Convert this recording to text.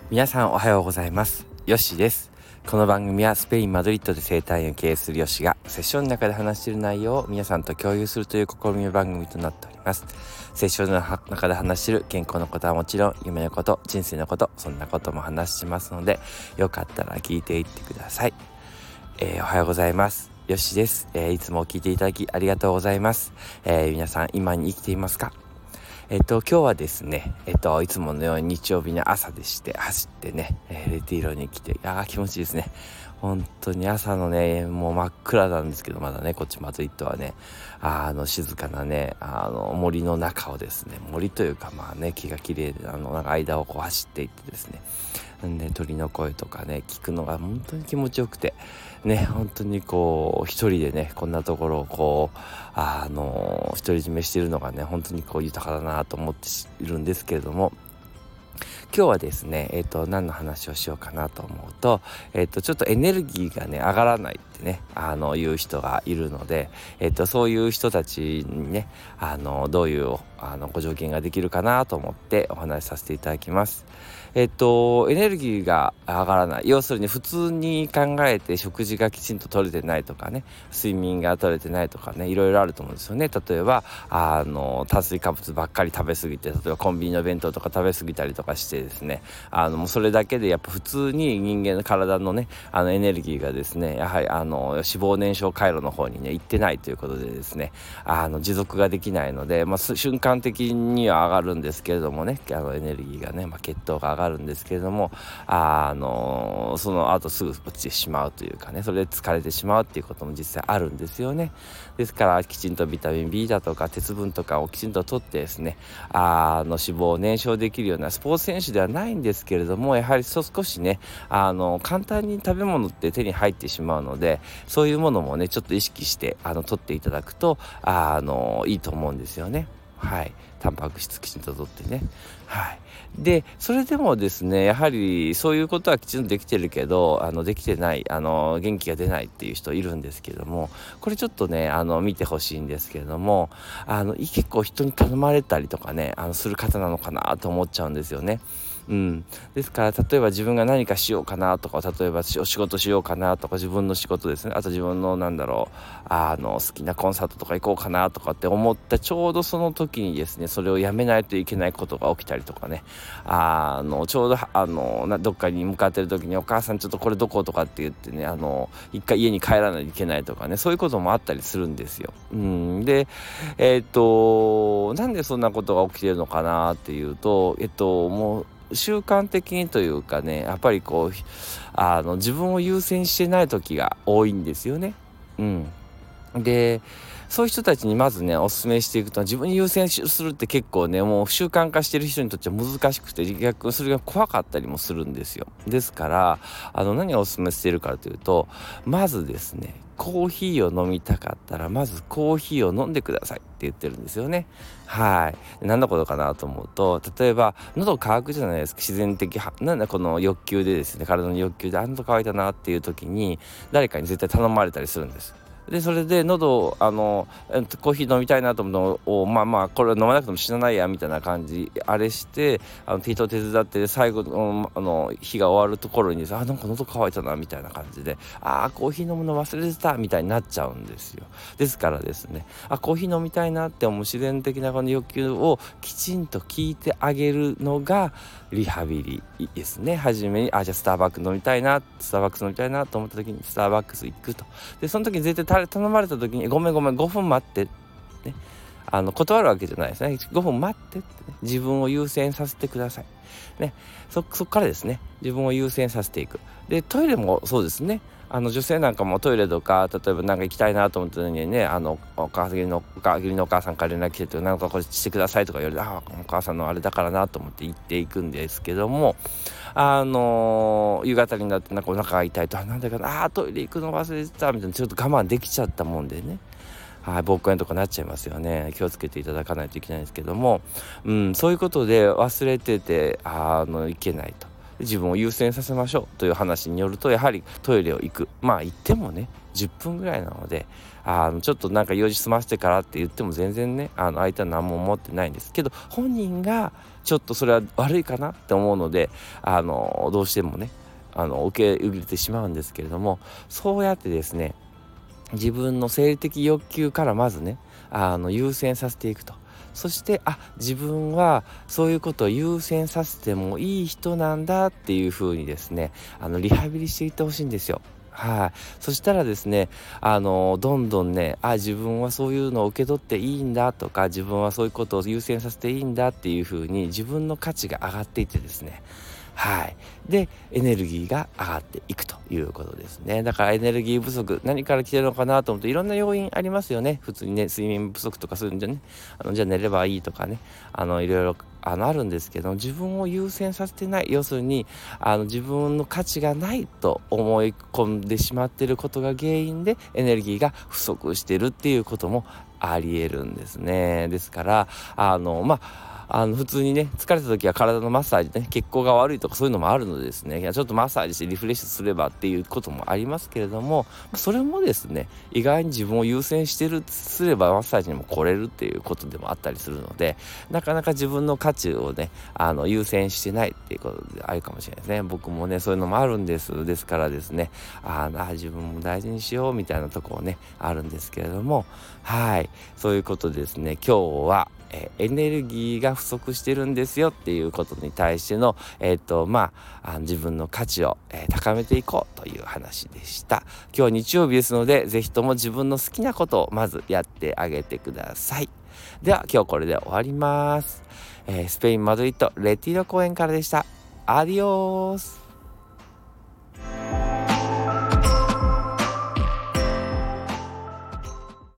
皆さんおはようございます。ヨッシーです。この番組はスペイン・マドリッドで生態院を経営するヨッシーがセッションの中で話している内容を皆さんと共有するという試み番組となっております。セッションの中で話している健康のことはもちろん、夢のこと、人生のこと、そんなことも話しますので、よかったら聞いていってください。おはようございます。ヨッシーです。いつも聞いていただきありがとうございます。皆さん今に生きていますか？今日はですね、いつものように日曜日の朝でして走ってね、レティーロに来て、気持ちいいですね。本当に朝のね、もう真っ暗なんですけど、まだね、こっちマドリッドはね、静かなね、森の中をですね、森というか木が綺麗で、なんか間をこう走っていってですね、鳥の声とかね、聞くのが本当に気持ちよくて、ね、本当にこう、一人でね、こんなところをこう、独り占めしているのがね、本当にこう豊かだなと思っているんですけれども、今日はですね、何の話をしようかなと思うと、ちょっとエネルギーがね、上がらないってね、いう人がいるので、そういう人たちにね、どういうご助言ができるかなと思ってお話しさせていただきます。エネルギーが上がらない、要するに普通に考えて食事がきちんと取れてないとかね、睡眠が取れてないとかね、いろいろあると思うんですよね。例えば炭水化物ばっかり食べ過ぎて、例えばコンビニの弁当とか食べ過ぎたりとかしてですね、もうそれだけでやっぱ普通に人間の体のね、エネルギーがですね、やはり脂肪燃焼回路の方にね行ってないということでですね、持続ができないので、瞬間的には上がるんですけれどもね、エネルギーがね、血糖が上がるんですけれども、その後すぐ落ちてしまうというかね、それで疲れてしまうっていうことも実際あるんですよね。ですからきちんとビタミン B だとか鉄分とかをきちんと取ってですね、脂肪を燃焼できるようなスポーツ選手ではないんですけれども、やはり少しね、簡単に食べ物って手に入ってしまうので、そういうものもねちょっと意識して取っていただくといいと思うんですよね。はい、タンパク質きちんと取ってね。はい。で、それでもですね、やはりそういうことはきちんとできてるけど、できてない、元気が出ないっていう人いるんですけれども、これちょっとね、見てほしいんですけれども、結構人に頼まれたりとかね、する方なのかなと思っちゃうんですよね。ですから例えば自分が何かしようかなとか、例えばお仕事しようかなとか、自分の仕事ですね、あと自分の好きなコンサートとか行こうかなとかって思ったちょうどその時にですね、それをやめないといけないことが起きたりとかね、ちょうどどっかに向かってる時にお母さんちょっとこれどことかって言ってね、一回家に帰らないといけないとかね、そういうこともあったりするんですよ。でなんでそんなことが起きてるのかなっていうと、もう習慣的にというかね、やっぱりこう自分を優先してない時が多いんですよね。でそういう人たちにまずねお勧めしていくと、自分に優先するって結構ね、もう習慣化してる人にとっては難しくて、逆にそれが怖かったりもするんですよ。ですから何をお勧めしているかというと、まずですね、コーヒーを飲みたかったらまずコーヒーを飲んでくださいって言ってるんですよね。はい。何のことかなと思うと、例えば喉乾くじゃないですか、自然的この欲求でですね、体の欲求で喉乾いたなっていう時に誰かに絶対頼まれたりするんです。でそれで喉をコーヒー飲みたいなと思うのを、これ飲まなくても死なないやみたいな感じあれして手と手伝って最後日が終わるところになんか喉乾いたなみたいな感じでコーヒー飲むの忘れてたみたいになっちゃうんですよ。ですからですね、コーヒー飲みたいなって思う自然的なこの欲求をきちんと聞いてあげるのがリハビリですね。初めにじゃあスターバックス飲みたいなと思った時にスターバックス行くと。でその時に絶対頼まれた時にごめん5分待ってね、断るわけじゃないですね。5分待ってって、ね、自分を優先させてくださいね。そこからですね、自分を優先させていく。でトイレもそうですね。女性なんかもトイレとか、例えばなんか行きたいなと思ったのにね、お母さんから連絡来てて、なんかこれしてくださいとか言われて、お母さんのあれだからなと思って行っていくんですけども、夕方になってなんかお腹が痛いと、なんだかな、トイレ行くの忘れてたみたいな、ちょっと我慢できちゃったもんでね、膀胱炎とかなっちゃいますよね。気をつけていただかないといけないんですけども、そういうことで忘れてていけないと。 自分を優先させましょうという話によると、やはりトイレを行く、行ってもね10分ぐらいなので、ちょっとなんか用事済ませてからって言っても全然ね相手は何も思ってないんですけど、本人がちょっとそれは悪いかなって思うのでどうしてもね受け入れてしまうんですけれども、そうやってですね自分の生理的欲求からまずね優先させていくと。そして自分はそういうことを優先させてもいい人なんだっていう風にですねリハビリしていってほしいんですよ。はい。そしたらですねどんどんね自分はそういうのを受け取っていいんだとか、自分はそういうことを優先させていいんだっていう風に自分の価値が上がっていってですね、でエネルギーが上がっていくということですね。だからエネルギー不足何から来てるのかなと思うと、いろんな要因ありますよね。普通にね睡眠不足とかそういうんじゃねじゃあ寝ればいいとかねいろいろあるんですけど、自分を優先させてない、要するに自分の価値がないと思い込んでしまっていることが原因でエネルギーが不足しているっていうこともあり得るんですね。ですから普通にね疲れた時は体のマッサージね、血行が悪いとかそういうのもあるのでですね、ちょっとマッサージしてリフレッシュすればっていうこともありますけれども、それもですね意外に自分を優先してるすればマッサージにも来れるっていうことでもあったりするので、なかなか自分の価値をね優先してないっていうことであるかもしれないですね。僕もねそういうのもあるんです。ですからですね自分も大事にしようみたいなところねあるんですけれども、そういうことですね。今日はエネルギーが不足してるんですよっていうことに対しての自分の価値を、高めていこうという話でした。今日は日曜日ですので、ぜひとも自分の好きなことをまずやってあげてください。では今日これで終わります。スペインマドリッドレティーロ公園からでした。アディオース。